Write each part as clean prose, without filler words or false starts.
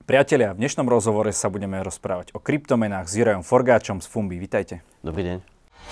Priatelia, v dnešnom rozhovore sa budeme rozprávať o kryptomenách s Jurajom Forgáčom z Fumbi. Vitajte. Dobrý deň.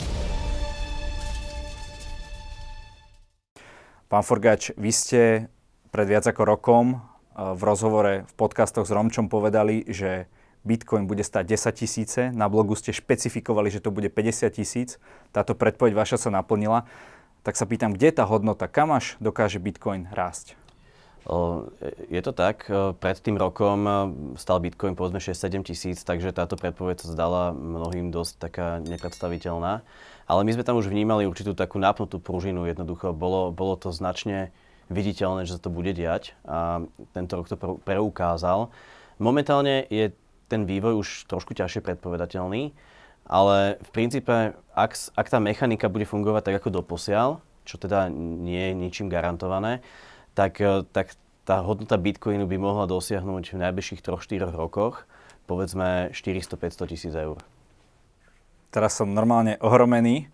Pán Forgáč, vy ste pred viac ako rokom v rozhovore v podcastoch s Romčom povedali, že Bitcoin bude stáť 10 000. Na blogu ste špecifikovali, že to bude 50 000. Táto predpoveď vaša sa naplnila. Tak sa pýtam, kde je tá hodnota? Kam až dokáže Bitcoin rásť? Je to tak. Pred tým rokom stal Bitcoin povedzme 6-7 tisíc, takže táto predpoveď sa zdala mnohým dosť taká nepredstaviteľná. Ale my sme tam už vnímali určitú takú napnutú pružinu. Jednoducho bolo to značne viditeľné, že sa to bude diať a tento rok to preukázal. Momentálne je ten vývoj už trošku ťažšie predpovedateľný, ale v princípe, ak tá mechanika bude fungovať tak ako doposiaľ, čo teda nie je ničím garantované, tak tá hodnota Bitcoinu by mohla dosiahnuť v najbližších 3-4 rokoch povedzme 400-500 tisíc eur. Teraz som normálne ohromený.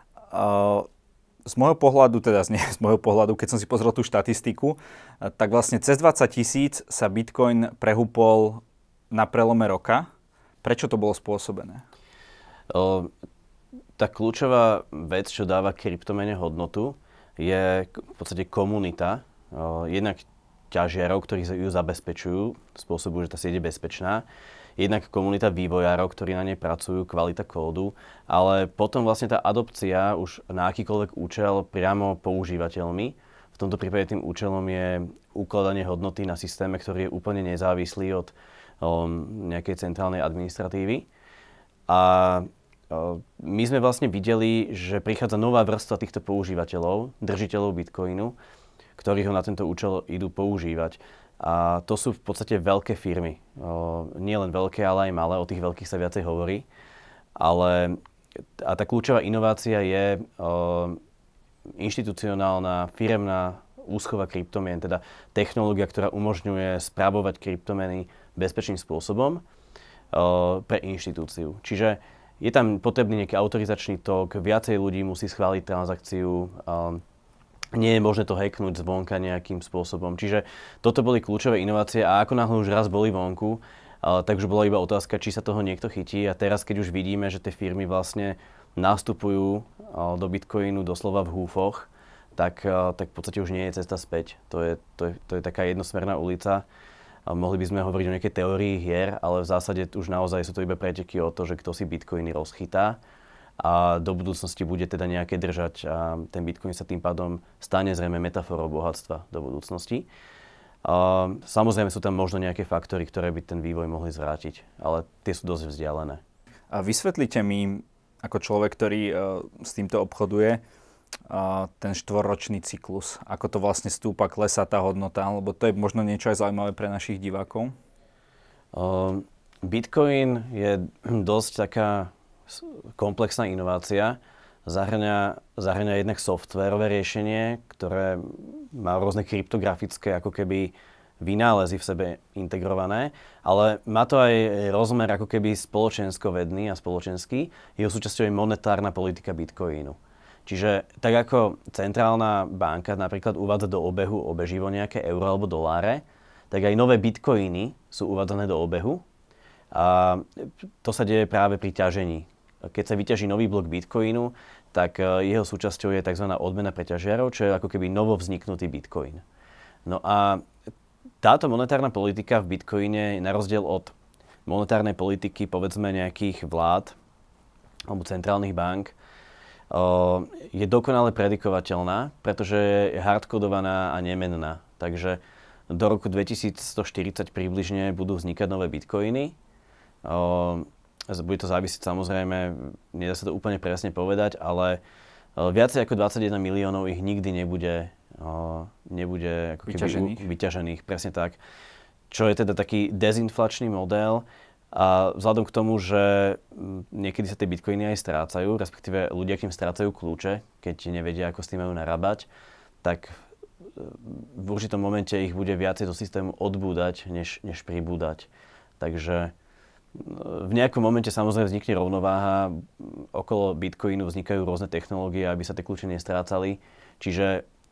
Z môjho pohľadu, keď som si pozrel tú štatistiku, tak vlastne cez 20 000 sa Bitcoin prehúpol na prelome roka. Prečo to bolo spôsobené? Tá kľúčová vec, čo dáva kryptomene hodnotu, je v podstate komunita. Jednak ťažiarov, ktorí ju zabezpečujú, spôsobujú, že tá sieť je bezpečná. Jednak komunita vývojárov, ktorí na nej pracujú, kvalita kódu, ale potom vlastne tá adopcia už na akýkoľvek účel priamo používateľmi. V tomto prípade tým účelom je ukladanie hodnoty na systéme, ktorý je úplne nezávislý od nejakej centrálnej administratívy. A my sme vlastne videli, že prichádza nová vrstva týchto používateľov, držiteľov Bitcoinu, ktorí ho na tento účel idú používať. A to sú v podstate veľké firmy. Nie len veľké, ale aj malé. O tých veľkých sa viacej hovorí. A tá kľúčová inovácia je inštitucionálna, firemná úschova kryptomien, teda technológia, ktorá umožňuje spravovať kryptomeny bezpečným spôsobom pre inštitúciu. Čiže je tam potrebný nejaký autorizačný tok, viacej ľudí musí schváliť transakciu, nie je možné to hacknúť zvonka nejakým spôsobom. Čiže toto boli kľúčové inovácie a ako náhle už raz boli vonku, tak už bola iba otázka, či sa toho niekto chytí. A teraz, keď už vidíme, že tie firmy vlastne nastupujú do Bitcoinu doslova v húfoch, tak v podstate už nie je cesta späť. To je taká jednosmerná ulica. Mohli by sme hovoriť o nejakej teórii hier, ale v zásade už naozaj sú to iba preteky o to, že kto si Bitcoiny rozchytá a do budúcnosti bude teda nejaké držať a ten Bitcoin sa tým pádom stane zrejme metaforou bohatstva do budúcnosti. Samozrejme sú tam možno nejaké faktory, ktoré by ten vývoj mohli zvrátiť, ale tie sú dosť vzdialené. A vysvetlite mi, ako človek, ktorý s týmto obchoduje, ten 4-ročný cyklus. Ako to vlastne stúpa, klesá tá hodnota, lebo to je možno niečo aj zaujímavé pre našich divákov. Bitcoin je dosť taká komplexná inovácia. Zahŕňa jednak softwérové riešenie, ktoré má rôzne kryptografické ako keby vynálezy v sebe integrované, ale má to aj rozmer ako keby spoločensko-vedný a spoločenský. Jeho súčasťou je monetárna politika Bitcoinu. Čiže tak ako centrálna banka napríklad uvádza do obehu obeživo nejaké euro alebo doláre, tak aj nové bitcoiny sú uvádzané do obehu. A to sa deje práve pri ťažení. Keď sa vyťaží nový blok bitcoinu, tak jeho súčasťou je tzv. Odmena pre ťažiarov, čo je ako keby novovzniknutý bitcoin. No a táto monetárna politika v bitcoine, na rozdiel od monetárnej politiky povedzme nejakých vlád alebo centrálnych bank, je dokonale predikovateľná, pretože je hardkodovaná a nemenná. Takže do roku 2140 približne budú vznikať nové bitcoiny. Bude to závisieť samozrejme, nedá sa to úplne presne povedať, ale viacej ako 21 miliónov ich nikdy nebude ako keby vyťažených. Presne tak. Čo je teda taký dezinflačný model. A vzhľadom k tomu, že niekedy sa tie bitcoiny aj strácajú, respektíve ľudia k nim strácajú kľúče, keď nevedia, ako s tým majú narábať, tak v určitom momente ich bude viacej do systému odbúdať, než pribúdať. Takže v nejakom momente samozrejme vznikne rovnováha, okolo Bitcoinu vznikajú rôzne technológie, aby sa tie kľúče nestrácali. Čiže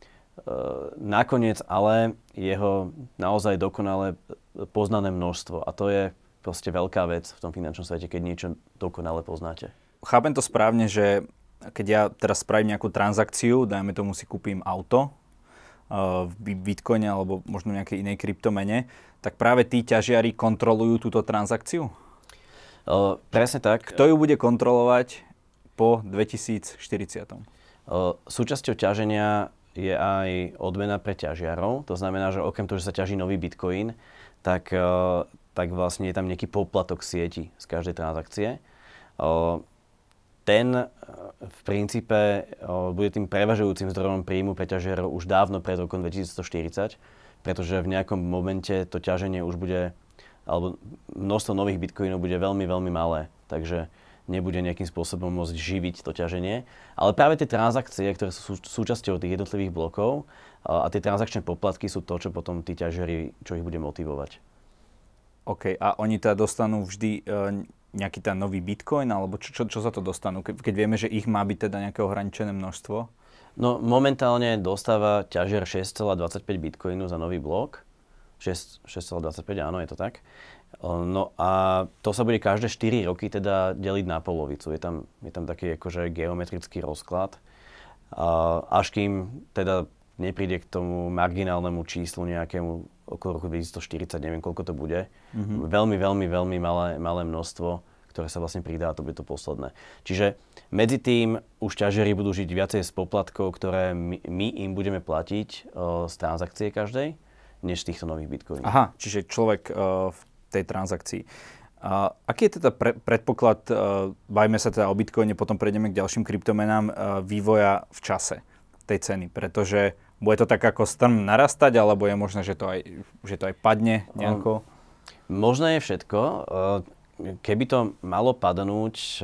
nakoniec ale jeho naozaj dokonale poznané množstvo. A to je proste veľká vec v tom finančnom svete, keď niečo dokonale poznáte. Chápem to správne, že keď ja teraz spravím nejakú transakciu, dajme tomu si kúpim auto v Bitcoine alebo možno nejakej inej kryptomene, tak práve tí ťažiari kontrolujú túto transakciu? Presne tak. Kto ju bude kontrolovať po 2040? Súčasťou ťaženia je aj odmena pre ťažiarov. To znamená, že okrem toho, že sa ťaží nový Bitcoin, tak vlastne je tam nejaký poplatok sieti z každej transakcie. Ten v princípe bude tým prevažujúcim zdrojom príjmu pre ťažiarov už dávno pred rokom 2140, pretože v nejakom momente to ťaženie už bude, alebo množstvo nových bitcoinov bude veľmi, veľmi malé, takže nebude nejakým spôsobom môcť živiť to ťaženie. Ale práve tie transakcie, ktoré sú súčasťou tých jednotlivých blokov a tie transakčné poplatky sú to, čo potom tí ťažiari, čo ich bude motivovať. OK, a oni teda dostanú vždy nejaký ten nový bitcoin, alebo čo sa to dostanú, keď vieme, že ich má byť teda nejaké ohraničené množstvo? No momentálne dostáva ťažiar 6,25 bitcoinu za nový blok. 6,25, áno, je to tak. No a to sa bude každé 4 roky teda deliť na polovicu. Je tam taký akože geometrický rozklad. Až kým teda nepríde k tomu marginálnemu číslu nejakému okolo roku 2040, neviem koľko to bude. Mm-hmm. Veľmi, veľmi, veľmi malé množstvo, ktoré sa vlastne pridá a to bude to posledné. Čiže medzi tým už ťažiari budú žiť viacej z poplatkov, ktoré my im budeme platiť z transakcie každej, než z týchto nových bitcoinov. Aha, čiže človek v tej transakcii. Aký je teda predpoklad, bajme sa teda o bitcoine, potom prejdeme k ďalším kryptomenám, vývoja v čase tej ceny? Pretože bude to tak ako strm narastať, alebo je možné, že to aj padne nejako? Možné je všetko. Keby to malo padnúť,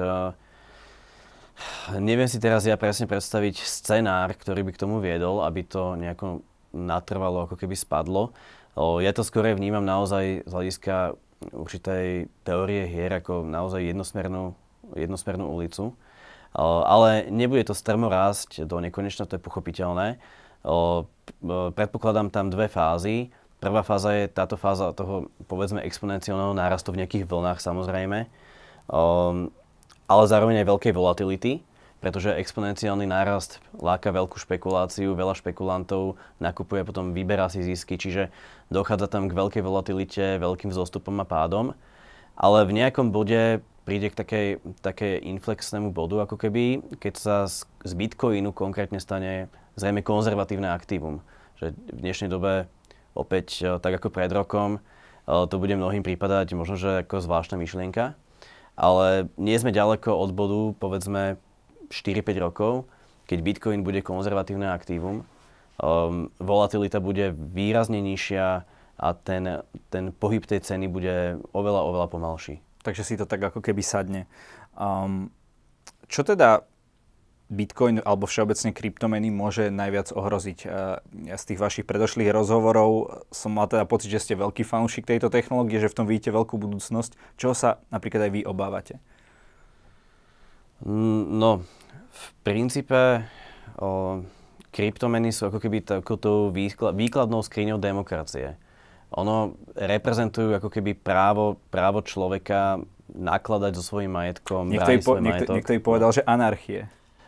neviem si teraz ja presne predstaviť scenár, ktorý by k tomu viedol, aby to nejako natrvalo, ako keby spadlo. Ja to skôr vnímam naozaj z hľadiska určitej teórie hier ako naozaj jednosmernú ulicu. Ale nebude to strmo rásť do nekonečna, to je pochopiteľné. Predpokladám tam dve fázy. Prvá fáza je táto fáza toho, povedzme, exponenciálneho nárastu v nejakých vlnách, samozrejme. Ale zároveň aj veľkej volatility, pretože exponenciálny nárast láka veľkú špekuláciu, veľa špekulantov nakupuje, potom vyberá si zisky, čiže dochádza tam k veľkej volatilite, veľkým vzostupom a pádom. Ale v nejakom bode príde k takej inflexnému bodu, ako keby, keď sa z Bitcoinu konkrétne stane zrejme konzervatívne aktívum. Že v dnešnej dobe opäť, tak ako pred rokom, to bude mnohým prípadať možno, že ako zvláštna myšlienka. Ale nie sme ďaleko od bodu, povedzme, 4-5 rokov, keď Bitcoin bude konzervatívne aktívum. Volatilita bude výrazne nižšia a ten pohyb tej ceny bude oveľa, oveľa pomalší. Takže si to tak ako keby sadne. Čo teda Bitcoin alebo všeobecne kryptomeny môže najviac ohroziť? Ja z tých vašich predošlých rozhovorov som mal teda pocit, že ste veľký fanúšik tejto technológie, že v tom vidíte veľkú budúcnosť. Čoho sa napríklad aj vy obávate? No, v princípe kryptomeny sú ako keby takouto výkladnou skriňou demokracie. Ono reprezentujú ako keby právo človeka nakladať so svojím majetkom, brániť svoj majetok. Niekto povedal, že anarchie.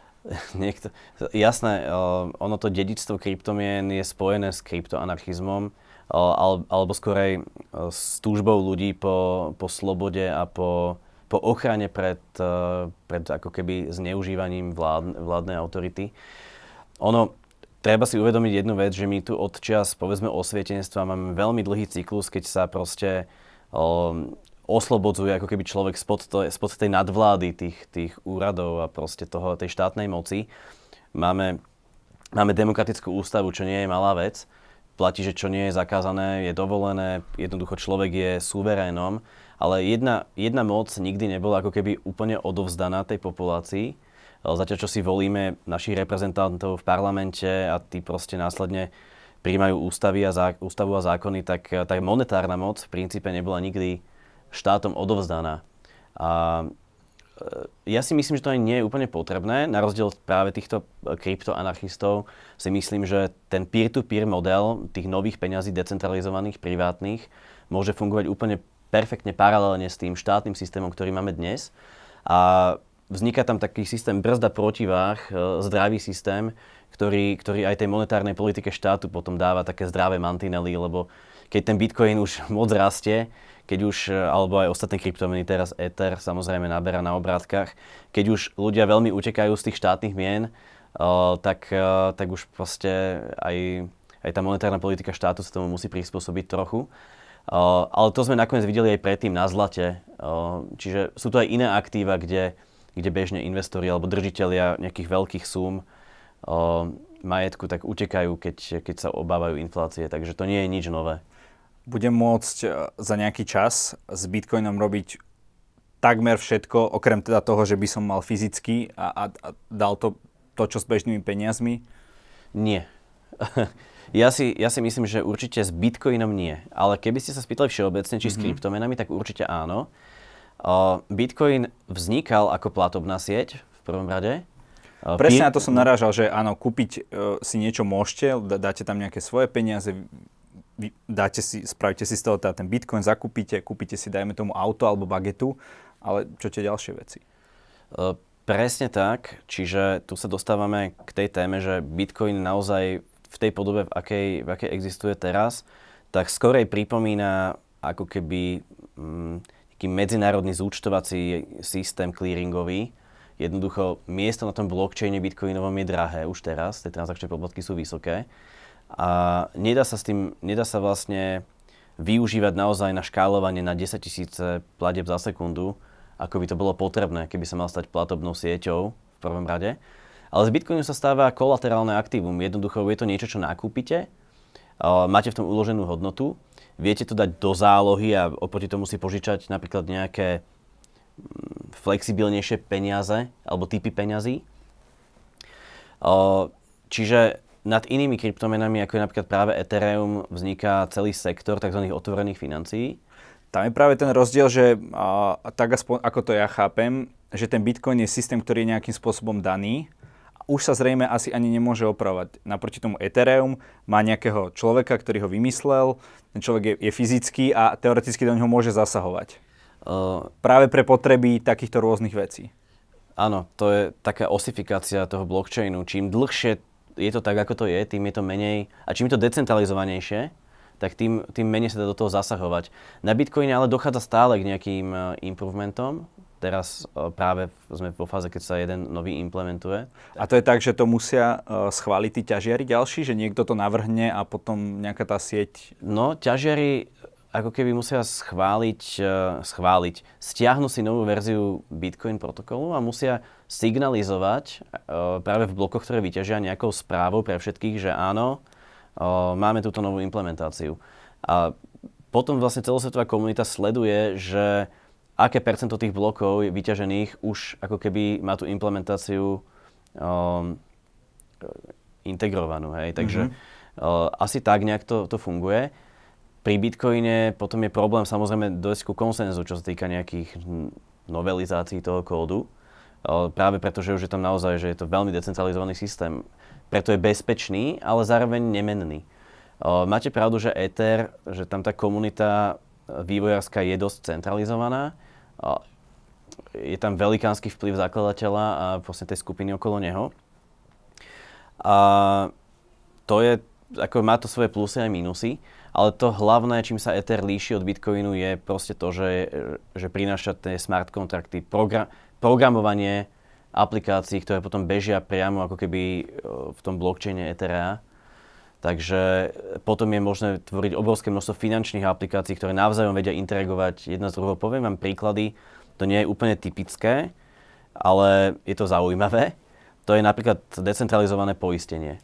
Jasné, ono to dedičstvo kryptomien je spojené s kryptoanarchizmom, alebo skorej s túžbou ľudí po slobode a po ochrane pred ako keby zneužívaním vládnej autority. Treba si uvedomiť jednu vec, že my tu od čias, povedzme, osvietenstva máme veľmi dlhý cyklus, keď sa proste oslobodzuje ako keby človek spod tej nadvlády tých úradov a proste tej štátnej moci. Máme demokratickú ústavu, čo nie je malá vec. Platí, že čo nie je zakázané, je dovolené. Jednoducho človek je suverénom. Ale jedna moc nikdy nebola ako keby úplne odovzdaná tej populácii. Zatiaľ, čo si volíme našich reprezentantov v parlamente a tí proste následne prijímajú ústavu a zákony, tak tá monetárna moc v princípe nebola nikdy štátom odovzdaná. A ja si myslím, že to aj nie je úplne potrebné. Na rozdiel od práve týchto kryptoanarchistov si myslím, že ten peer-to-peer model tých nových peňazí decentralizovaných, privátnych, môže fungovať úplne perfektne paralelne s tým štátnym systémom, ktorý máme dnes. A vzniká tam taký systém brzda protiváh, zdravý systém, ktorý aj tej monetárnej politike štátu potom dáva také zdravé mantinely, lebo keď ten Bitcoin už moc rastie, keď už, alebo aj ostatné kryptomeny, teraz Ether samozrejme naberá na obrátkach, keď už ľudia veľmi utekajú z tých štátnych mien, tak už proste aj tá monetárna politika štátu sa tomu musí prispôsobiť trochu. Ale to sme nakoniec videli aj predtým na zlate. Čiže sú to aj iné aktíva, kde bežne investori alebo držitelia nejakých veľkých súm majetku tak utekajú, keď sa obávajú inflácie. Takže to nie je nič nové. Budem môcť za nejaký čas s Bitcoinom robiť takmer všetko, okrem teda toho, že by som mal fyzicky a dal to, čo s bežnými peniazmi? Nie. Ja si myslím, že určite s Bitcoinom nie. Ale keby ste sa spýtali všeobecne, či s kryptomenami, tak určite áno. Bitcoin vznikal ako platobná sieť v prvom rade. Presne na to som narážal, že áno, kúpiť si niečo môžete, dáte tam nejaké svoje peniaze, spravíte si z toho ten Bitcoin, kúpite si, dajme tomu, auto alebo bagetu, ale čo tie ďalšie veci? Presne tak, čiže tu sa dostávame k tej téme, že Bitcoin naozaj v tej podobe, v akej existuje teraz, tak skorej pripomína ako keby taký medzinárodný zúčtovací systém clearingový. Jednoducho, miesto na tom blockchaine bitcoinovom je drahé už teraz, tie transakčné poplatky sú vysoké a nedá sa vlastne využívať naozaj na škálovanie na 10 000 platieb za sekundu, ako by to bolo potrebné, keby sa mal stať platobnou sieťou v prvom rade. Ale z Bitcoinu sa stáva kolaterálne aktívum. Jednoducho je to niečo, čo nakúpite, máte v tom uloženú hodnotu, viete to dať do zálohy a oproti tomu si požičať napríklad nejaké flexibilnejšie peniaze alebo typy peňazí. Čiže nad inými kryptomenami, ako je napríklad práve Ethereum, vzniká celý sektor tzv. Otvorených financií. Tam je práve ten rozdiel, že tak aspoň, ako to ja chápem, že ten Bitcoin je systém, ktorý je nejakým spôsobom daný. Už sa zrejme asi ani nemôže opravovať. Naproti tomu Ethereum má nejakého človeka, ktorý ho vymyslel. Ten človek je fyzický a teoreticky do neho môže zasahovať. Práve pre potreby takýchto rôznych vecí. Áno, to je taká osifikácia toho blockchainu. Čím dlhšie je to tak, ako to je, tým je to menej, a čím je to decentralizovanejšie, tak tým menej sa dá do toho zasahovať. Na Bitcoine ale dochádza stále k nejakým improvementom. Teraz práve sme vo fáze, keď sa jeden nový implementuje. A to je tak, že to musia schváliť tí ťažiari ďalší? Že niekto to navrhne a potom nejaká tá sieť? No, ťažiari ako keby musia schváliť, stiahnu si novú verziu Bitcoin protokolu a musia signalizovať práve v blokoch, ktoré vyťažia, nejakou správou pre všetkých, že áno, máme túto novú implementáciu. A potom vlastne celosvetová komunita sleduje, že aké percento tých blokov vyťažených už ako keby má tú implementáciu integrovanú. Hej? Takže asi tak nejak to funguje. Pri Bitcoine potom je problém samozrejme dojsť ku konsenzu, čo sa týka nejakých novelizácií toho kódu. Práve preto, že už je tam naozaj, že je to veľmi decentralizovaný systém. Preto je bezpečný, ale zároveň nemenný. Máte pravdu, že Ether, že tam tá komunita vývojárska je dosť centralizovaná. Je tam velikánsky vplyv zakladateľa a vlastne tej skupiny okolo neho. A to je, ako má to svoje plusy aj minusy, ale to hlavné, čím sa Ether líši od Bitcoinu, je proste to, že prináša tie smart kontrakty, programovanie aplikácií, ktoré potom bežia priamo ako keby v tom blockchaine Etherea. Takže potom je možné tvoriť obrovské množstvo finančných aplikácií, ktoré navzájom vedia interagovať jedna s druhou. Poviem vám príklady, to nie je úplne typické, ale je to zaujímavé. To je napríklad decentralizované poistenie.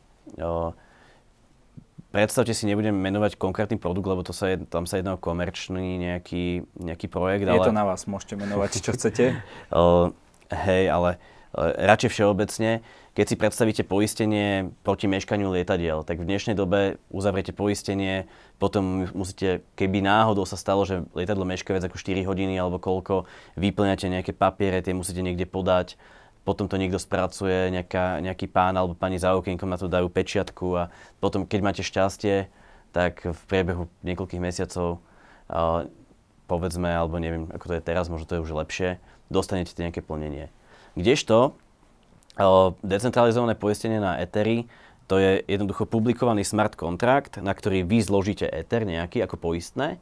Predstavte si, nebudem menovať konkrétny produkt, lebo tam sa jedná o komerčný nejaký projekt. Je to na vás, môžete menovať, čo chcete. Hej, ale radšej všeobecne, keď si predstavíte poistenie proti meškaniu lietadiel, tak v dnešnej dobe uzavriete poistenie, potom musíte, keby náhodou sa stalo, že lietadlo meška viac ako 4 hodiny alebo koľko, vyplňate nejaké papiere, tie musíte niekde podať, potom to niekto spracuje, nejaký pán alebo pani za okienkom na to dajú pečiatku a potom, keď máte šťastie, tak v priebehu niekoľkých mesiacov, povedzme, alebo neviem, ako to je teraz, možno to je už lepšie, dostanete nejaké plnenie. Kdežto decentralizované poistenie na Etheri, to je jednoducho publikovaný smart kontrakt, na ktorý vy zložíte Ether nejaký ako poistné.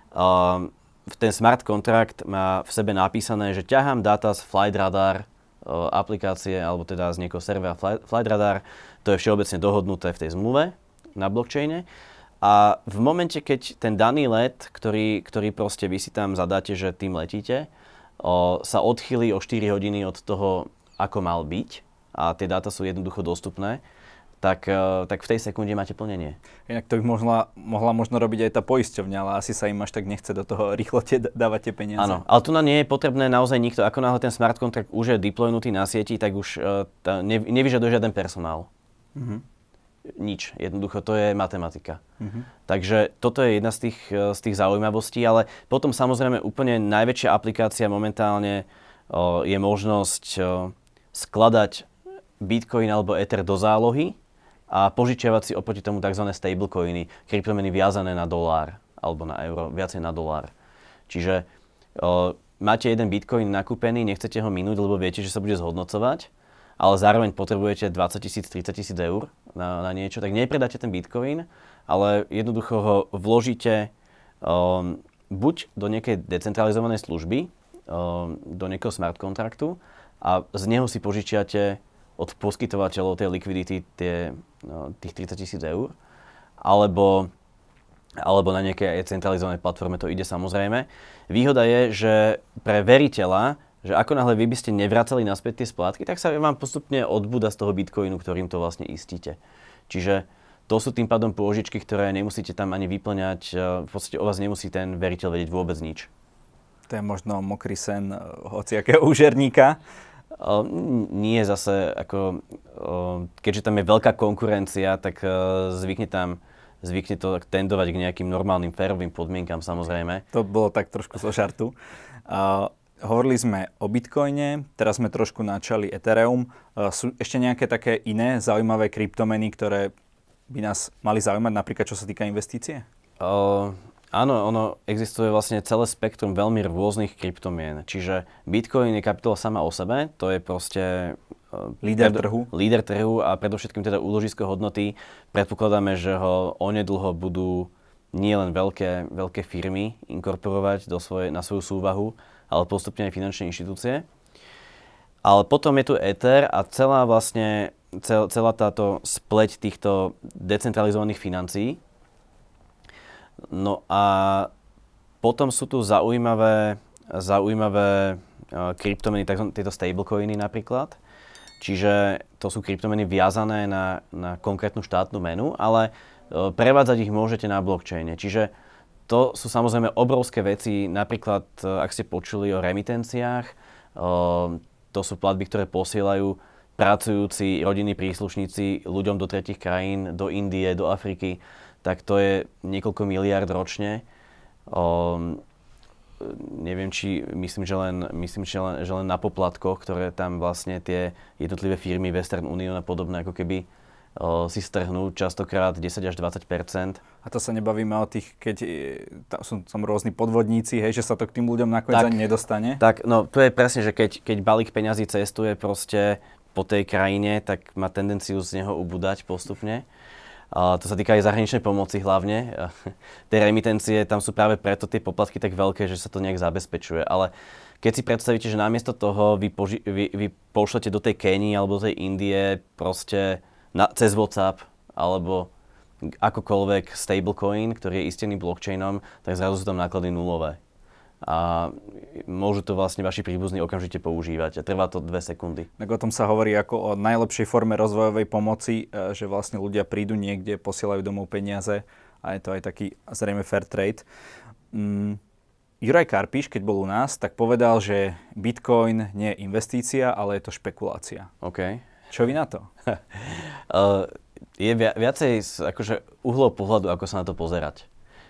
Ten smart kontrakt má v sebe napísané, že ťahám dáta z Flightradar aplikácie, alebo teda z niekoho servera Flightradar. To je všeobecne dohodnuté v tej zmluve na blockchaine. A v momente, keď ten daný let, ktorý proste vy si tam zadáte, že tým letíte, sa odchýli o 4 hodiny od toho, ako mal byť, a tie dáta sú jednoducho dostupné, tak v tej sekunde máte plnenie. Inak to by mohla možno robiť aj tá poisťovňa, ale asi sa im až tak nechce do toho rýchlo dávať tie peniaze. Áno, ale tu nie je potrebné naozaj nikto. Ako náhle ten smart contract už je deploynutý na sieti, tak už nevyžaduje žiaden personál. Nič. Jednoducho to je matematika. Takže toto je jedna z tých zaujímavostí, ale potom samozrejme úplne najväčšia aplikácia momentálne je možnosť skladať Bitcoin alebo Ether do zálohy a požičiavať si oproti tomu tzv. Stablecoiny, kryptomeny viazané na dolár alebo na euro, viacej na dolár. Čiže máte jeden Bitcoin nakúpený, nechcete ho minúť, lebo viete, že sa bude zhodnocovať, ale zároveň potrebujete 20 000, 30 000 eur na niečo, tak nepredáte ten Bitcoin, ale jednoducho ho vložíte buď do nejakej decentralizovanej služby, do nejakého smart kontraktu, a z neho si požičiate od poskytovateľov tej likvidity tých 30 000 eur, alebo na nejakej centralizovanej platforme to ide samozrejme. Výhoda je, že pre veriteľa, že ako náhle vy by ste nevracali naspäť tie splátky, tak sa vám postupne odbúda z toho Bitcoinu, ktorým to vlastne istíte. Čiže to sú tým pádom pôžičky, ktoré nemusíte tam ani vyplňať, v podstate o vás nemusí ten veriteľ vedieť vôbec nič. To je možno mokrý sen hociakého úžerníka. Nie zase, keďže tam je veľká konkurencia, tak zvykne to tendovať k nejakým normálnym férovým podmienkam samozrejme. To bolo tak trošku zo žartu. Hovorili sme o Bitcoine, teraz sme trošku načali Ethereum. Sú ešte nejaké také iné zaujímavé kryptomeny, ktoré by nás mali zaujímať, napríklad čo sa týka investície? Áno, existuje vlastne celé spektrum veľmi rôznych kryptomien. Čiže Bitcoin je kapitola sama o sebe, to je proste líder trhu a predovšetkým teda úložisko hodnoty. Predpokladáme, že ho onedlho budú nielen veľké firmy inkorporovať na svoju súvahu, ale postupne aj finančné inštitúcie. Ale potom je tu Ether a celá táto spleť týchto decentralizovaných financií. No a potom sú tu zaujímavé kryptomeny, tieto stablecoiny napríklad. Čiže to sú kryptomeny viazané na konkrétnu štátnu menu, ale prevádzať ich môžete na blockchaine. Čiže to sú samozrejme obrovské veci, napríklad ak ste počuli o remitenciách, to sú platby, ktoré posielajú pracujúci rodinní príslušníci ľuďom do tretích krajín, do Indie, do Afriky, tak to je niekoľko miliárd ročne. Neviem, myslím, že len na poplatkoch, ktoré tam vlastne tie jednotlivé firmy Western Union a podobné ako keby si strhnú častokrát 10 až 20%. A to sa nebavíme o tých, keď tam sú rôzni podvodníci, hej, že sa to k tým ľuďom nakoniec ani nedostane? Tak, no to je presne, že keď balík peňazí cestuje proste po tej krajine, tak má tendenciu z neho ubúdať postupne. To sa týka aj zahraničnej pomoci hlavne. Tie remitencie, tam sú práve preto tie poplatky tak veľké, že sa to nejak zabezpečuje. Ale keď si predstavíte, že namiesto toho vy pošlete do tej Kenii alebo do tej Indie proste cez WhatsApp alebo akokoľvek stablecoin, ktorý je istený blockchainom, tak zrazu sú tam náklady nulové. A môžu to vlastne vaši príbuzní okamžite používať a trvá to 2 sekundy. Tak o tom sa hovorí ako o najlepšej forme rozvojovej pomoci, že vlastne ľudia prídu niekde, posielajú domov peniaze a je to aj taký zrejme fair trade. Juraj Karpiš, keď bol u nás, tak povedal, že Bitcoin nie je investícia, ale je to špekulácia. OK. Čo vy na to? Je viacej akože uhlov pohľadu, ako sa na to pozerať.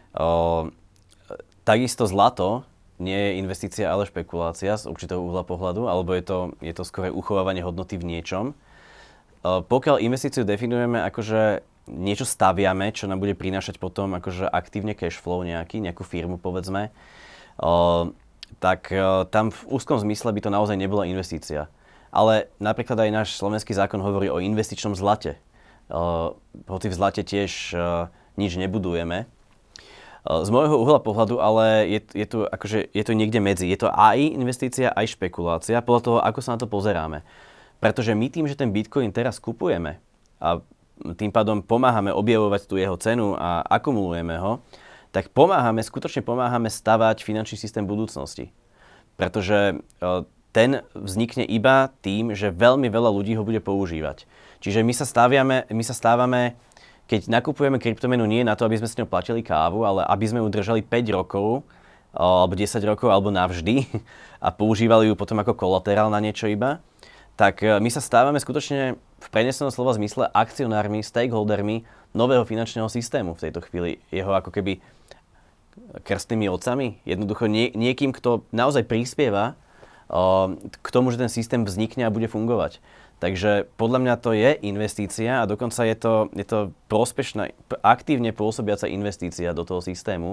Takisto zlato nie je investícia, ale špekulácia z určitého uhla pohľadu, alebo je to skôr uchovávanie hodnoty v niečom. Pokiaľ investíciu definujeme akože niečo staviame, čo nám bude prinášať potom akože aktívne cash flow nejakú firmu povedzme, tak tam v úzkom zmysle by to naozaj nebola investícia. Ale napríklad aj náš slovenský zákon hovorí o investičnom zlate. Hoci v zlate tiež nič nebudujeme. Z môjho uhla pohľadu, ale je to niekde medzi. Je to aj investícia, aj špekulácia, podľa toho, ako sa na to pozeráme. Pretože my tým, že ten Bitcoin teraz kupujeme a tým pádom pomáhame objavovať tú jeho cenu a akumulujeme ho, tak skutočne pomáhame stavať finančný systém budúcnosti. Pretože ten vznikne iba tým, že veľmi veľa ľudí ho bude používať. Čiže my sa stávame, keď nakupujeme kryptomenu nie na to, aby sme s ňou platili kávu, ale aby sme ju držali 5 rokov, alebo 10 rokov, alebo navždy a používali ju potom ako kolaterál na niečo iba, tak my sa stávame skutočne v prenesenom slova zmysle akcionármi, stakeholdermi nového finančného systému v tejto chvíli. Jeho ako keby krstnými otcami. Jednoducho niekým, kto naozaj prispieva k tomu, že ten systém vznikne a bude fungovať. Takže podľa mňa to je investícia a dokonca je to prospešná, aktívne pôsobiaca investícia do toho systému.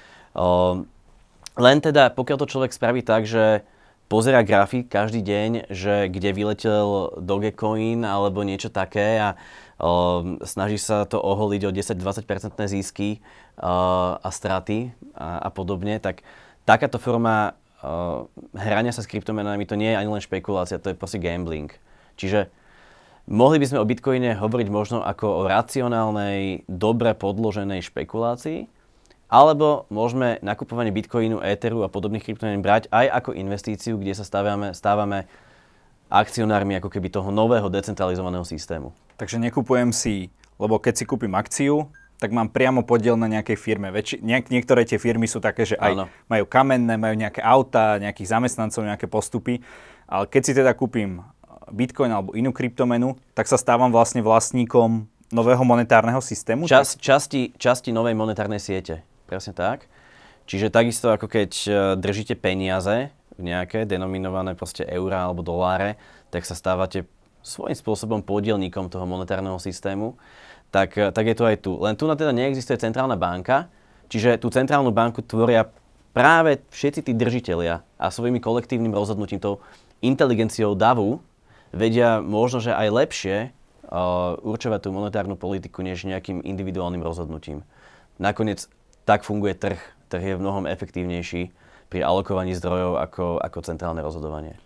Len teda, pokiaľ to človek spraví tak, že pozerá grafik každý deň, že kde vyletel Dogecoin alebo niečo také a snaží sa to oholiť o 10-20% zisky a straty a podobne, tak takáto forma hrania sa s kryptomenami to nie je ani len špekulácia, to je proste gambling. Čiže mohli by sme o Bitcoine hovoriť možno ako o racionálnej, dobre podloženej špekulácii, alebo môžeme nakupovanie Bitcoinu, Etheru a podobných kryptomien brať aj ako investíciu, kde sa stávame akcionármi ako keby toho nového decentralizovaného systému. Takže nekupujem si, lebo keď si kúpim akciu, tak mám priamo podiel na nejakej firme. Niektoré tie firmy sú také, že aj majú kamenné, majú nejaké autá, nejakých zamestnancov, nejaké postupy. Ale keď si teda kúpim Bitcoin alebo inú kryptomenu, tak sa stávam vlastne vlastníkom nového monetárneho systému? Časti novej monetárnej siete. Presne tak. Čiže takisto ako keď držíte peniaze nejaké denominované proste eurá alebo doláre, tak sa stávate svojím spôsobom podielníkom toho monetárneho systému. Tak je to aj tu. Len tu teda neexistuje centrálna banka, čiže tú centrálnu banku tvoria práve všetci tí držitelia a svojimi kolektívnym rozhodnutím, tou inteligenciou davu, vedia možno, že aj lepšie určovať tú monetárnu politiku než nejakým individuálnym rozhodnutím. Nakoniec tak funguje trh. Trh je v mnohom efektívnejší pri alokovaní zdrojov ako centrálne rozhodovanie.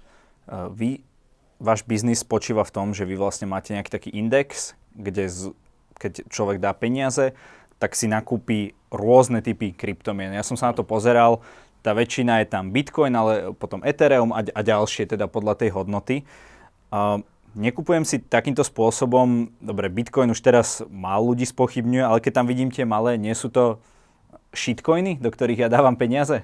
Váš biznis spočíva v tom, že vy vlastne máte nejaký taký index, kde keď človek dá peniaze, tak si nakúpi rôzne typy kryptomien. Ja som sa na to pozeral, tá väčšina je tam Bitcoin, ale potom Ethereum a ďalšie teda podľa tej hodnoty. Nekupujem si takýmto spôsobom, dobre, Bitcoin už teraz málo ľudí spochybňuje, ale keď tam vidím tie malé, nie sú to shitcoiny, do ktorých ja dávam peniaze?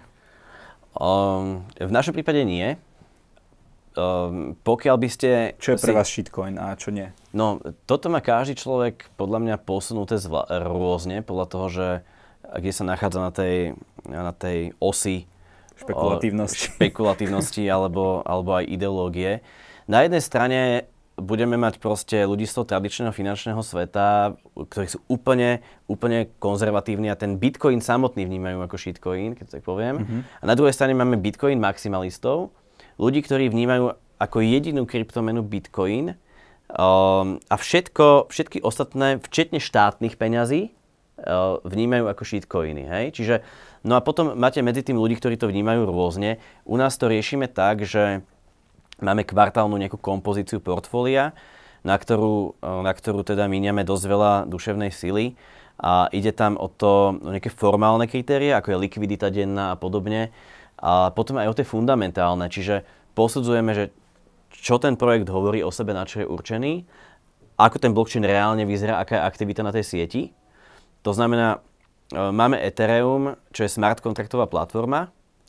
V našom prípade nie. Pokiaľ by ste... Čo je pre vás shitcoin a čo nie? No, toto má každý človek podľa mňa posunuté rôzne, podľa toho, že kde sa nachádza na tej osi špekulatívnosti alebo aj ideológie. Na jednej strane budeme mať proste ľudí z toho tradičného finančného sveta, ktorí sú úplne konzervatívni a ten Bitcoin samotný vnímajú ako shitcoin, keď tak poviem. Mm-hmm. A na druhej strane máme Bitcoin maximalistov, ľudí, ktorí vnímajú ako jedinú kryptomenu Bitcoin a všetky ostatné, včetne štátnych peňazí, vnímajú ako shitcoiny. Hej? Čiže, no a potom máte medzi tým ľudí, ktorí to vnímajú rôzne. U nás to riešime tak, že máme kvartálnu nejakú kompozíciu portfólia, na ktorú teda míňame dosť veľa duševnej sily a ide tam o nejaké formálne kritéria, ako je likvidita denná a podobne. A potom aj o tie fundamentálne, čiže posudzujeme, že čo ten projekt hovorí o sebe, na čo je určený, ako ten blockchain reálne vyzerá, aká je aktivita na tej sieti. To znamená, máme Ethereum, čo je smart kontraktová platforma,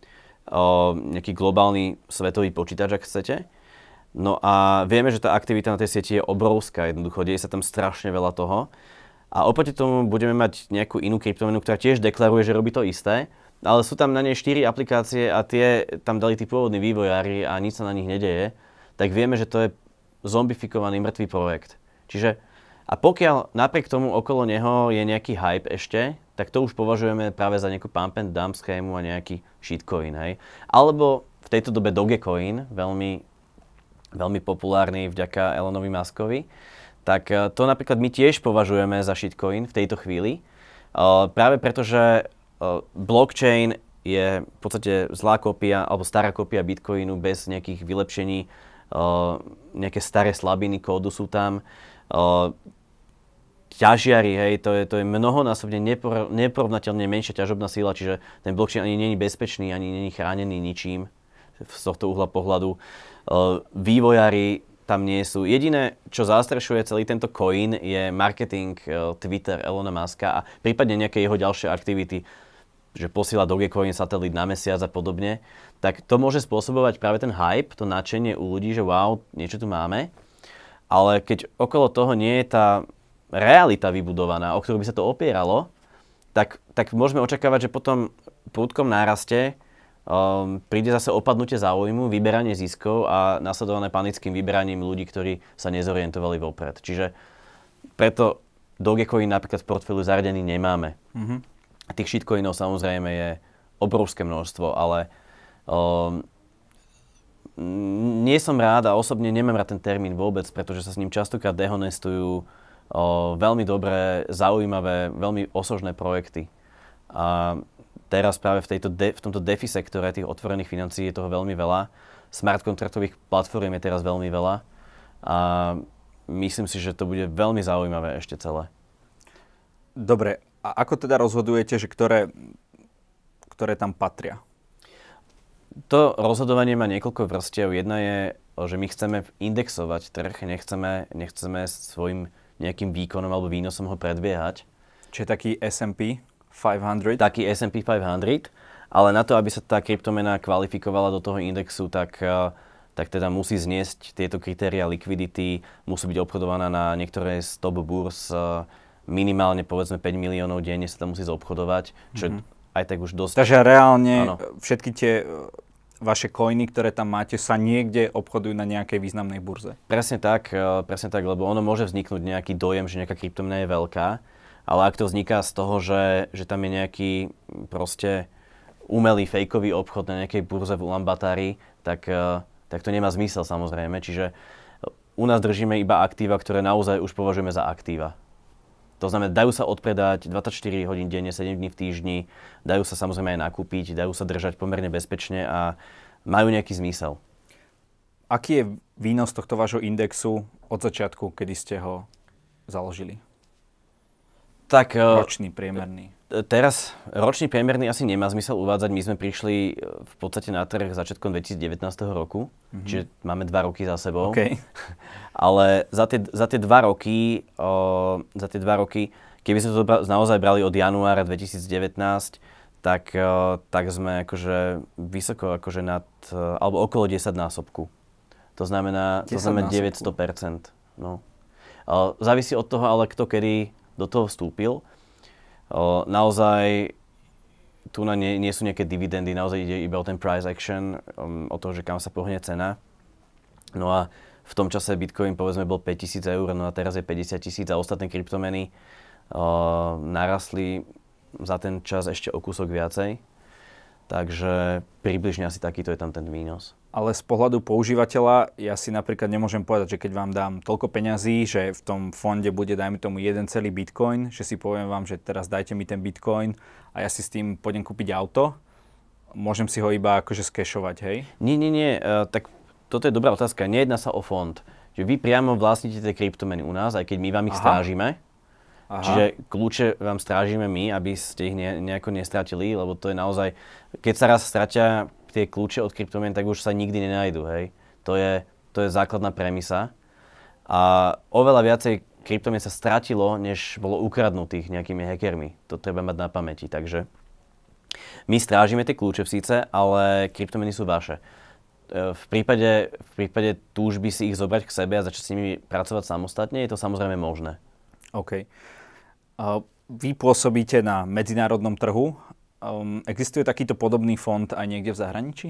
nejaký globálny svetový počítač, ak chcete. No a vieme, že tá aktivita na tej sieti je obrovská, jednoducho, deje sa tam strašne veľa toho. A oproti tomu budeme mať nejakú inú kryptomenu, ktorá tiež deklaruje, že robí to isté, ale sú tam na nej 4 aplikácie a tie tam dali tí pôvodní vývojári a nič sa na nich nedeje, tak vieme, že to je zombifikovaný mŕtvý projekt. Čiže a pokiaľ napriek tomu okolo neho je nejaký hype ešte, tak to už považujeme práve za nejakú pump and dump schému a nejaký shitcoin, hej. Alebo v tejto dobe Dogecoin, veľmi, veľmi populárny vďaka Elonovi Muskovi, tak to napríklad my tiež považujeme za shitcoin v tejto chvíli. Práve preto, že blockchain je v podstate zlá kópia alebo stará kópia Bitcoinu bez nejakých vylepšení, nejaké staré slabiny kódu sú tam. Ťažiari, hej, to je mnohonásobne neporovnateľne menšia ťažobná sila, čiže ten blockchain ani nie je bezpečný, ani nie je chránený ničím z tohto uhla pohľadu. Vývojári tam nie sú. Jediné, čo zastrešuje celý tento coin, je marketing Twitter Elona Muska a prípadne nejaké jeho ďalšie aktivity, že posiela Dogecoin satelit na mesiac a podobne, tak to môže spôsobovať práve ten hype, to nadšenie u ľudí, že wow, niečo tu máme. Ale keď okolo toho nie je tá realita vybudovaná, o ktorú by sa to opieralo, tak môžeme očakávať, že potom v prudkom náraste príde zase opadnutie záujmu, vyberanie ziskov a nasledované panickým vyberaním ľudí, ktorí sa nezorientovali vopred. Čiže preto Dogecoin napríklad v portfóliu zaradený nemáme. Mm-hmm. Tých shitcoinov samozrejme je obrovské množstvo, ale nie som rád a osobne nemám rád ten termín vôbec, pretože sa s ním častokrát dehonestujú veľmi dobré, zaujímavé, veľmi osožné projekty. A teraz práve v tomto DeFi sektore tých otvorených financií je toho veľmi veľa. Smart kontraktových platform je teraz veľmi veľa a myslím si, že to bude veľmi zaujímavé ešte celé. Dobre, a ako teda rozhodujete, že ktoré tam patria? To rozhodovanie má niekoľko vrstiev. Jedna je, že my chceme indexovať trh, nechceme svojim nejakým výkonom alebo výnosom ho predbiehať. Čiže taký S&P 500? Taký S&P 500, ale na to, aby sa tá kryptomena kvalifikovala do toho indexu, tak teda musí zniesť tieto kritéria likvidity, musí byť obchodovaná na niektoré z top burs, minimálne povedzme 5 miliónov denne sa tam musí zobchodovať, čo aj tak už dosť. Takže reálne všetky tie vaše coiny, ktoré tam máte, sa niekde obchodujú na nejakej významnej burze. Presne tak, lebo ono môže vzniknúť nejaký dojem, že nejaká kryptomena je veľká, ale ak to vzniká z toho, že tam je nejaký proste umelý, fejkový obchod na nejakej burze v Ulaanbaatári, tak to nemá zmysel samozrejme. Čiže u nás držíme iba aktíva, ktoré naozaj už považujeme za aktíva. To znamená, dajú sa odpredať 24 hodín denne, 7 dní v týždni, dajú sa samozrejme aj nakúpiť, dajú sa držať pomerne bezpečne a majú nejaký zmysel. Aký je výnos tohto vášho indexu od začiatku, kedy ste ho založili? Tak, ročný, priemerný. Teraz ročný priemerný asi nemá zmysel uvádzať. My sme prišli v podstate na trh začiatkom 2019 roku, čiže máme 2 roky za sebou. Okay. Ale za tie 2 roky, keby sme to naozaj brali od januára 2019, tak sme akože vysoko akože alebo okolo 10 násobku. To znamená 900%. No. Závisí od toho, ale kto kedy do toho vstúpil. Naozaj tu nie sú nejaké dividendy, naozaj ide iba o ten price action, o to, že kam sa pohne cena. No a v tom čase Bitcoin povedzme bol 5 000 eur, no a teraz je 50 000 a ostatné kryptomeny narastli za ten čas ešte o kúsok viacej. Takže približne asi takýto je tam ten výnos. Ale z pohľadu používateľa ja si napríklad nemôžem povedať, že keď vám dám toľko peňazí, že v tom fonde bude, dajme tomu, jeden celý bitcoin, že si poviem vám, že teraz dajte mi ten bitcoin a ja si s tým pôjdem kúpiť auto, môžem si ho iba akože skešovať, hej? Nie. Tak toto je dobrá otázka. Nejedná sa o fond. Že vy priamo vlastníte tie kryptomeny u nás, aj keď my vám ich strážime. Aha. Čiže kľúče vám strážime my, aby ste ich nejako nestratili, lebo to je naozaj, keď sa raz stratia tie kľúče od kryptomien, tak už sa nikdy nenájdu, hej. To je základná premisa. A oveľa viacej kryptomien sa stratilo, než bolo ukradnutých nejakými hackermi. To treba mať na pamäti, takže My strážime tie kľúče síce, ale kryptomeny sú vaše. V prípade túžby si ich zobrať k sebe a začať s nimi pracovať samostatne, je to samozrejme možné. OK. Vy pôsobíte na medzinárodnom trhu. Existuje takýto podobný fond aj niekde v zahraničí?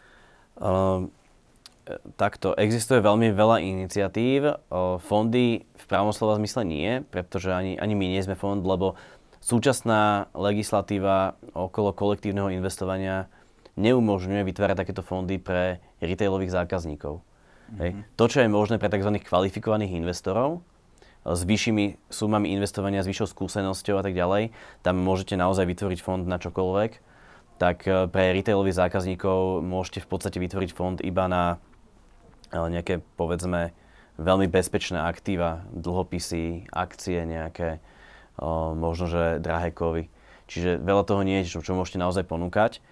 Takto. Existuje veľmi veľa iniciatív. Fondy v pravom slova zmysle nie, pretože ani my nie sme fond, lebo súčasná legislatíva okolo kolektívneho investovania neumožňuje vytvárať takéto fondy pre retailových zákazníkov. Hej. To, čo je možné pre tzv. Kvalifikovaných investorov, s vyššími sumami investovania, s vyššou skúsenosťou a tak ďalej, tam môžete naozaj vytvoriť fond na čokoľvek, tak pre retailových zákazníkov môžete v podstate vytvoriť fond iba na nejaké, povedzme, veľmi bezpečné aktíva, dlhopisy, akcie nejaké, možno, že drahé kovy. Čiže veľa toho nie je, čo môžete naozaj ponúkať.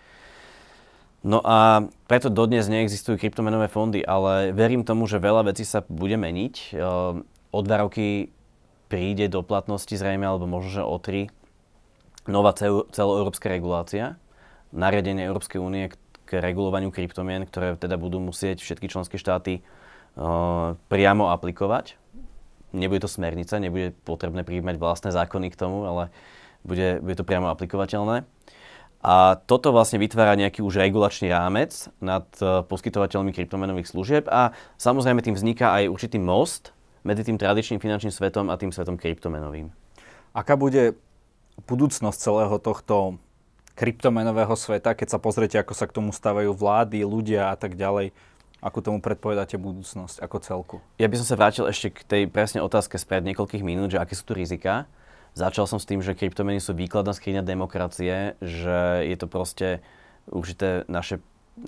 No a preto dodnes neexistujú kryptomenové fondy, ale verím tomu, že veľa vecí sa bude meniť. O 2 roky príde do platnosti zrejme, alebo možno, že o 3, nová celoeurópska regulácia, nariadenie Európskej únie k regulovaniu kryptomien, ktoré teda budú musieť všetky členské štáty priamo aplikovať. Nebude to smernica, nebude potrebné prijímať vlastné zákony k tomu, ale bude to priamo aplikovateľné. A toto vlastne vytvára nejaký už regulačný rámec nad poskytovateľmi kryptomenových služieb a samozrejme tým vzniká aj určitý most medzi tým tradičným finančným svetom a tým svetom kryptomenovým. Aká bude budúcnosť celého tohto kryptomenového sveta, keď sa pozriete, ako sa k tomu stávajú vlády, ľudia a tak ďalej? Ako tomu predpovedáte budúcnosť ako celku? Ja by som sa vrátil ešte k tej presne otázke spred niekoľkých minút, že aké sú tu riziká. Začal som s tým, že kryptomeny sú výkladná skriňa demokracie, že je to proste určité naše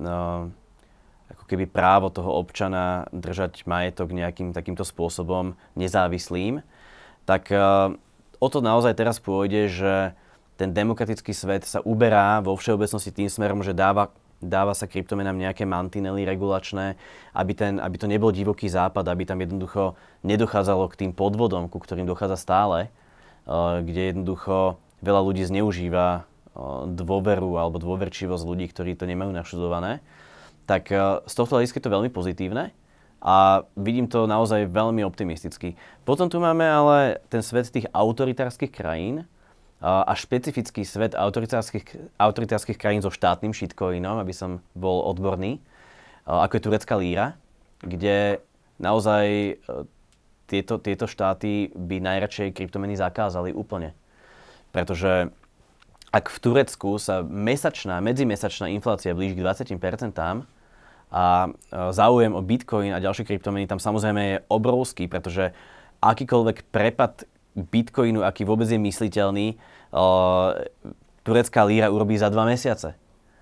ako keby právo toho občana držať majetok nejakým takýmto spôsobom nezávislým. Tak o to naozaj teraz pôjde, že ten demokratický svet sa uberá vo všeobecnosti tým smerom, že dáva sa kryptomenám nejaké mantinely regulačné, aby to nebol divoký západ, aby tam jednoducho nedochádzalo k tým podvodom, ku ktorým dochádza stále, kde jednoducho veľa ľudí zneužíva dôveru alebo dôverčivosť ľudí, ktorí to nemajú naštudované. Tak z tohto hľadiska je to veľmi pozitívne a vidím to naozaj veľmi optimisticky. Potom tu máme ale ten svet tých autoritárskych krajín a špecifický svet autoritárskych krajín so štátnym shitcoinom, aby som bol odborný, ako je turecká líra, kde naozaj tieto štáty by najradšej kryptomeny zakázali úplne. Pretože ak v Turecku sa medzimesačná inflácia blíži k 20% a záujem o Bitcoin a ďalšie kryptomeny tam samozrejme je obrovský, pretože akýkoľvek prepad Bitcoinu, aký vôbec je mysliteľný, turecká líra urobí za 2 mesiace.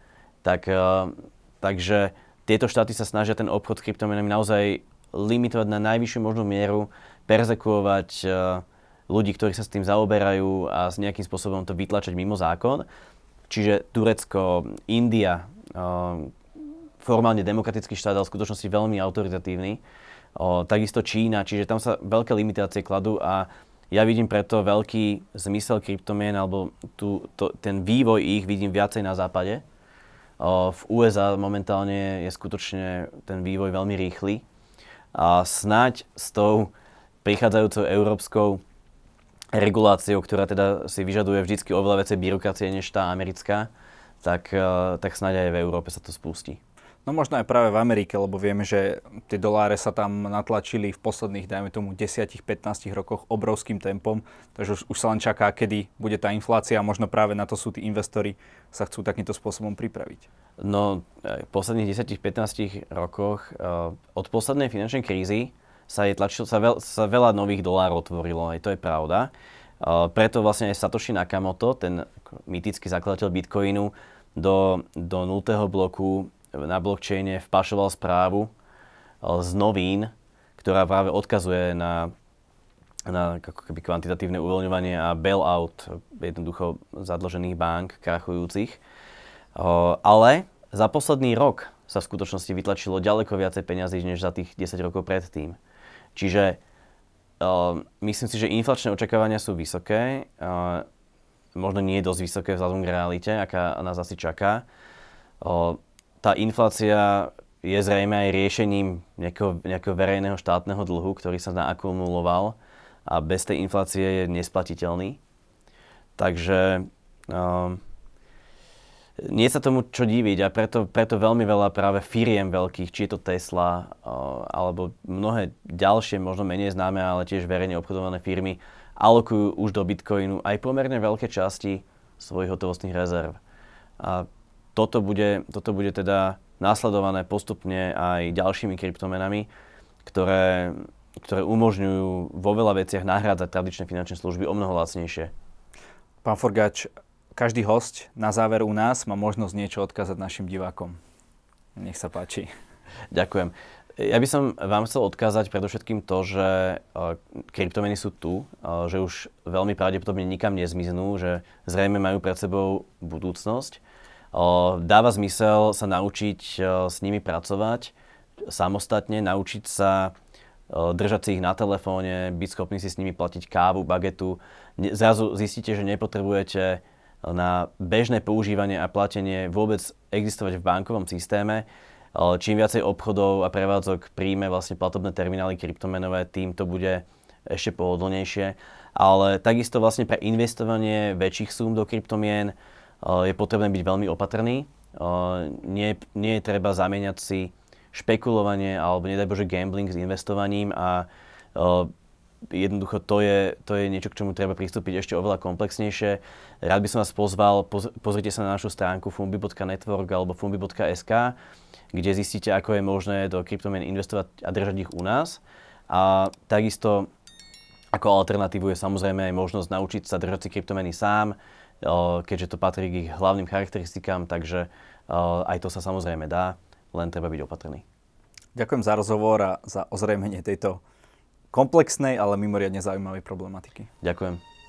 Takže tieto štáty sa snažia ten obchod s kryptomenami naozaj limitovať na najvyššiu možnú mieru, perzekuovať ľudí, ktorí sa s tým zaoberajú a s nejakým spôsobom to vytlačať mimo zákon. Čiže Turecko, India, formálne demokratický štát, ale v skutočnosti veľmi autoritatívny. Takisto Čína, čiže tam sa veľké limitácie kladú a ja vidím preto veľký zmysel kryptomien, alebo ten vývoj ich vidím viacej na západe. V USA momentálne je skutočne ten vývoj veľmi rýchly. A snáď s tou prichádzajúcou európskou reguláciou, ktorá teda si vyžaduje vždycky oveľa viacej byrokracie než tá americká, tak snáď aj v Európe sa to spustí. No možno aj práve v Amerike, lebo vieme, že tie doláre sa tam natlačili v posledných, dajme tomu, 10-15 rokoch obrovským tempom, takže už sa len čaká, kedy bude tá inflácia a možno práve na to sú tí investori sa chcú takýmto spôsobom pripraviť. No, v posledných 10-15 rokoch od poslednej finančnej krízy sa veľa nových dolárov otvorilo, aj to je pravda. Preto vlastne aj Satoshi Nakamoto, ten mýtický zakladateľ Bitcoinu, do 0. bloku na blockchaine vpašoval správu z novín, ktorá práve odkazuje na ako keby kvantitatívne uvoľňovanie a bailout jednoducho zadlžených bank, krachujúcich. Ale za posledný rok sa v skutočnosti vytlačilo ďaleko viacej peňazí, než za tých 10 rokov predtým. Čiže myslím si, že inflačné očakávania sú vysoké. možno nie je dosť vysoké vzhľadom k realite, aká nás asi čaká. Tá inflácia je zrejme aj riešením nejakého verejného štátneho dlhu, ktorý sa naakumuloval a bez tej inflácie je nesplatiteľný. Takže nie sa tomu čo diviť a preto veľmi veľa práve firiem veľkých, či je to Tesla alebo mnohé ďalšie, možno menej známe, ale tiež verejne obchodované firmy, alokujú už do Bitcoinu aj pomerne veľké časti svojich hotovostných rezerv. A toto bude teda následované postupne aj ďalšími kryptomenami, ktoré umožňujú vo veľa veciach nahrádzať tradičné finančné služby omnoho lacnejšie. Pán Forgáč, každý hosť na záver u nás má možnosť niečo odkázať našim divákom. Nech sa páči. Ďakujem. Ja by som vám chcel odkázať predovšetkým to, že kryptomeny sú tu, že už veľmi pravdepodobne nikam nezmiznú, že zrejme majú pred sebou budúcnosť. Dáva zmysel sa naučiť s nimi pracovať samostatne, naučiť sa držať si ich na telefóne, byť schopný si s nimi platiť kávu, bagetu. Zrazu zistíte, že nepotrebujete na bežné používanie a platenie vôbec existovať v bankovom systéme. Čím viacej obchodov a prevádzok príjme vlastne platobné terminály kryptomenové, tým to bude ešte pohodlnejšie. Ale takisto vlastne pre investovanie väčších súm do kryptomien je potrebné byť veľmi opatrný. Nie je treba zamieňať si špekulovanie alebo nedaj Bože gambling s investovaním a jednoducho to je niečo, k čomu treba pristúpiť ešte oveľa komplexnejšie. Rád by som vás pozval, pozrite sa na našu stránku fumbi.network alebo fumbi.sk, kde zistíte, ako je možné do kryptomien investovať a držať ich u nás. A takisto ako alternatívu je samozrejme aj možnosť naučiť sa držať si kryptomeny sám, keďže to patrí k ich hlavným charakteristikám, takže aj to sa samozrejme dá, len treba byť opatrný. Ďakujem za rozhovor a za ozrejmenie tejto komplexnej, ale mimoriadne zaujímavej problematiky. Ďakujem.